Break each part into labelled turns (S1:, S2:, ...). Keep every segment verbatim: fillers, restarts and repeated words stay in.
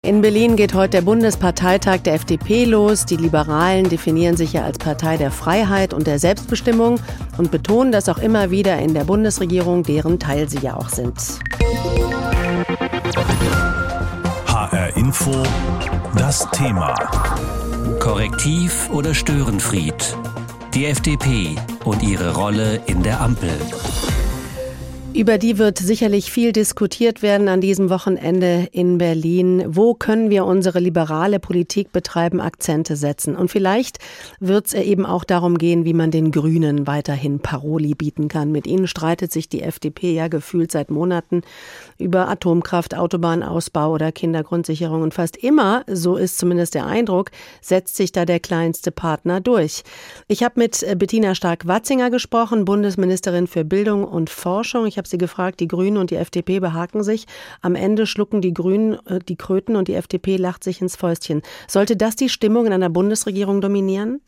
S1: In Berlin geht heute der Bundesparteitag der F D P los. Die Liberalen definieren sich ja als Partei der Freiheit und der Selbstbestimmung und betonen das auch immer wieder in der Bundesregierung, deren Teil sie ja auch sind.
S2: H R Info, das Thema.
S3: Korrektiv oder Störenfried? Die F D P und ihre Rolle in der Ampel.
S1: Über die wird sicherlich viel diskutiert werden an diesem Wochenende in Berlin. Wo können wir unsere liberale Politik betreiben, Akzente setzen? Und vielleicht wird es eben auch darum gehen, wie man den Grünen weiterhin Paroli bieten kann. Mit ihnen streitet sich die F D P ja gefühlt seit Monaten über Atomkraft, Autobahnausbau oder Kindergrundsicherung. Und fast immer, so ist zumindest der Eindruck, setzt sich da der kleinste Partner durch. Ich habe mit Bettina Stark-Watzinger gesprochen, Bundesministerin für Bildung und Forschung. Ich habe sie gefragt, die Grünen und die F D P behaken sich. Am Ende schlucken die Grünen äh, die Kröten und die F D P lacht sich ins Fäustchen. Sollte das die Stimmung in einer Bundesregierung dominieren?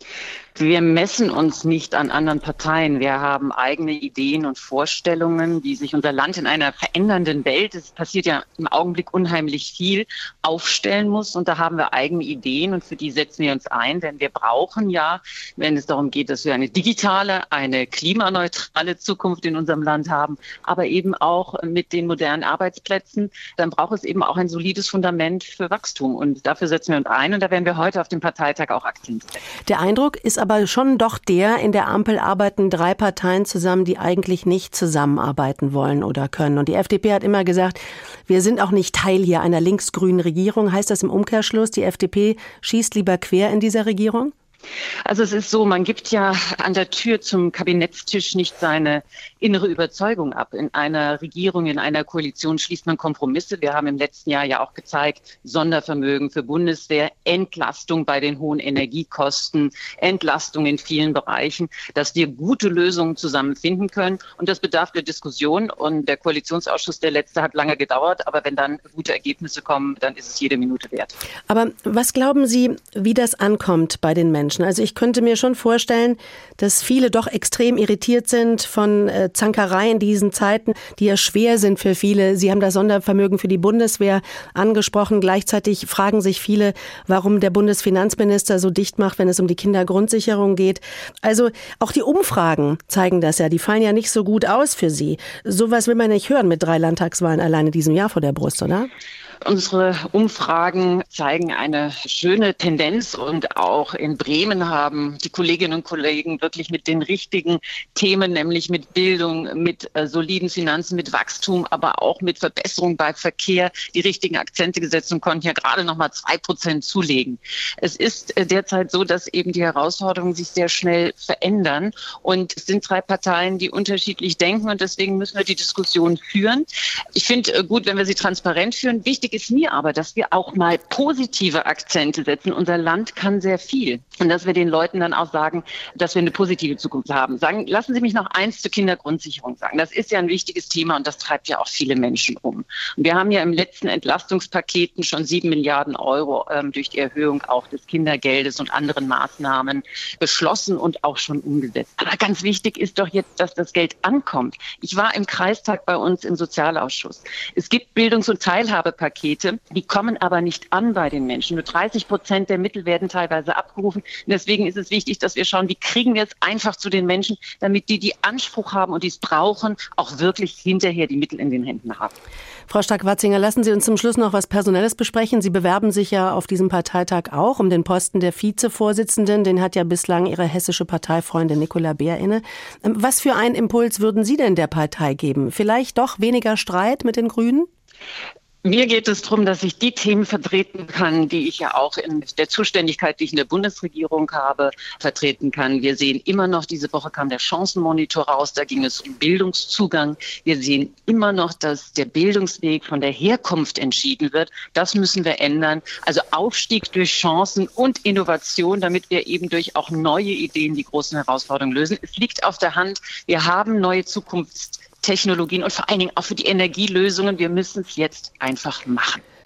S4: Wir messen uns nicht an anderen Parteien. Wir haben eigene Ideen und Vorstellungen, wie sich unser Land in einer verändernden Welt, es passiert ja im Augenblick unheimlich viel, aufstellen muss. Und da haben wir eigene Ideen und für die setzen wir uns ein. Denn wir brauchen ja, wenn es darum geht, dass wir eine digitale, eine klimaneutrale Zukunft in unserem Land haben, aber eben auch mit den modernen Arbeitsplätzen, dann braucht es eben auch ein solides Fundament für Wachstum. Und dafür setzen wir uns ein und da werden wir heute auf dem Parteitag auch Akzente setzen.
S1: Der Eindruck ist aber schon doch der, in der Ampel arbeiten drei Parteien zusammen, die eigentlich nicht zusammenarbeiten wollen oder können. Und die F D P hat immer gesagt, wir sind auch nicht Teil hier einer linksgrünen Regierung. Heißt das im Umkehrschluss, die F D P schießt lieber quer in dieser Regierung?
S4: Also es ist so, man gibt ja an der Tür zum Kabinettstisch nicht seine innere Überzeugung ab. In einer Regierung, in einer Koalition schließt man Kompromisse. Wir haben im letzten Jahr ja auch gezeigt, Sondervermögen für Bundeswehr, Entlastung bei den hohen Energiekosten, Entlastung in vielen Bereichen, dass wir gute Lösungen zusammen finden können. Und das bedarf der Diskussion. Und der Koalitionsausschuss, der letzte, hat lange gedauert. Aber wenn dann gute Ergebnisse kommen, dann ist es jede Minute wert.
S1: Aber was glauben Sie, wie das ankommt bei den Menschen? Also ich könnte mir schon vorstellen, dass viele doch extrem irritiert sind von äh, Zankereien in diesen Zeiten, die ja schwer sind für viele. Sie haben das Sondervermögen für die Bundeswehr angesprochen. Gleichzeitig fragen sich viele, warum der Bundesfinanzminister so dicht macht, wenn es um die Kindergrundsicherung geht. Also auch die Umfragen zeigen das ja. Die fallen ja nicht so gut aus für Sie. Sowas will man nicht hören mit drei Landtagswahlen allein in diesem Jahr vor der Brust, oder?
S4: Unsere Umfragen zeigen eine schöne Tendenz und auch in Bremen haben die Kolleginnen und Kollegen wirklich mit den richtigen Themen, nämlich mit Bildung, mit äh, soliden Finanzen, mit Wachstum, aber auch mit Verbesserung bei Verkehr die richtigen Akzente gesetzt und konnten ja gerade noch mal zwei Prozent zulegen. Es ist äh, derzeit so, dass eben die Herausforderungen sich sehr schnell verändern und es sind drei Parteien, die unterschiedlich denken und deswegen müssen wir die Diskussion führen. Ich finde äh, gut, wenn wir sie transparent führen. Wichtig ist mir aber, dass wir auch mal positive Akzente setzen. Unser Land kann sehr viel. Und dass wir den Leuten dann auch sagen, dass wir eine positive Zukunft haben. Sagen, lassen Sie mich noch eins zur Kindergrundsicherung sagen. Das ist ja ein wichtiges Thema und das treibt ja auch viele Menschen um. Und wir haben ja im letzten Entlastungspaketen schon sieben Milliarden Euro ähm, durch die Erhöhung auch des Kindergeldes und anderen Maßnahmen beschlossen und auch schon umgesetzt. Aber ganz wichtig ist doch jetzt, dass das Geld ankommt. Ich war im Kreistag bei uns im Sozialausschuss. Es gibt Bildungs- und Teilhabepakete, die kommen aber nicht an bei den Menschen. Nur dreißig Prozent der Mittel werden teilweise abgerufen. Und deswegen ist es wichtig, dass wir schauen, wie kriegen wir es einfach zu den Menschen, damit die, die Anspruch haben und die es brauchen, auch wirklich hinterher die Mittel in den Händen haben.
S1: Frau Stark-Watzinger, lassen Sie uns zum Schluss noch was Personelles besprechen. Sie bewerben sich ja auf diesem Parteitag auch um den Posten der Vizevorsitzenden. Den hat ja bislang Ihre hessische Parteifreundin Nicola Beer inne. Was für einen Impuls würden Sie denn der Partei geben? Vielleicht doch weniger Streit mit den Grünen?
S4: Mir geht es darum, dass ich die Themen vertreten kann, die ich ja auch in der Zuständigkeit, die ich in der Bundesregierung habe, vertreten kann. Wir sehen immer noch, diese Woche kam der Chancenmonitor raus, da ging es um Bildungszugang. Wir sehen immer noch, dass der Bildungsweg von der Herkunft entschieden wird. Das müssen wir ändern. Also Aufstieg durch Chancen und Innovation, damit wir eben durch auch neue Ideen die großen Herausforderungen lösen. Es liegt auf der Hand, wir haben neue Zukunftstechnologien und vor allen Dingen auch für die Energielösungen. Wir müssen es jetzt einfach machen.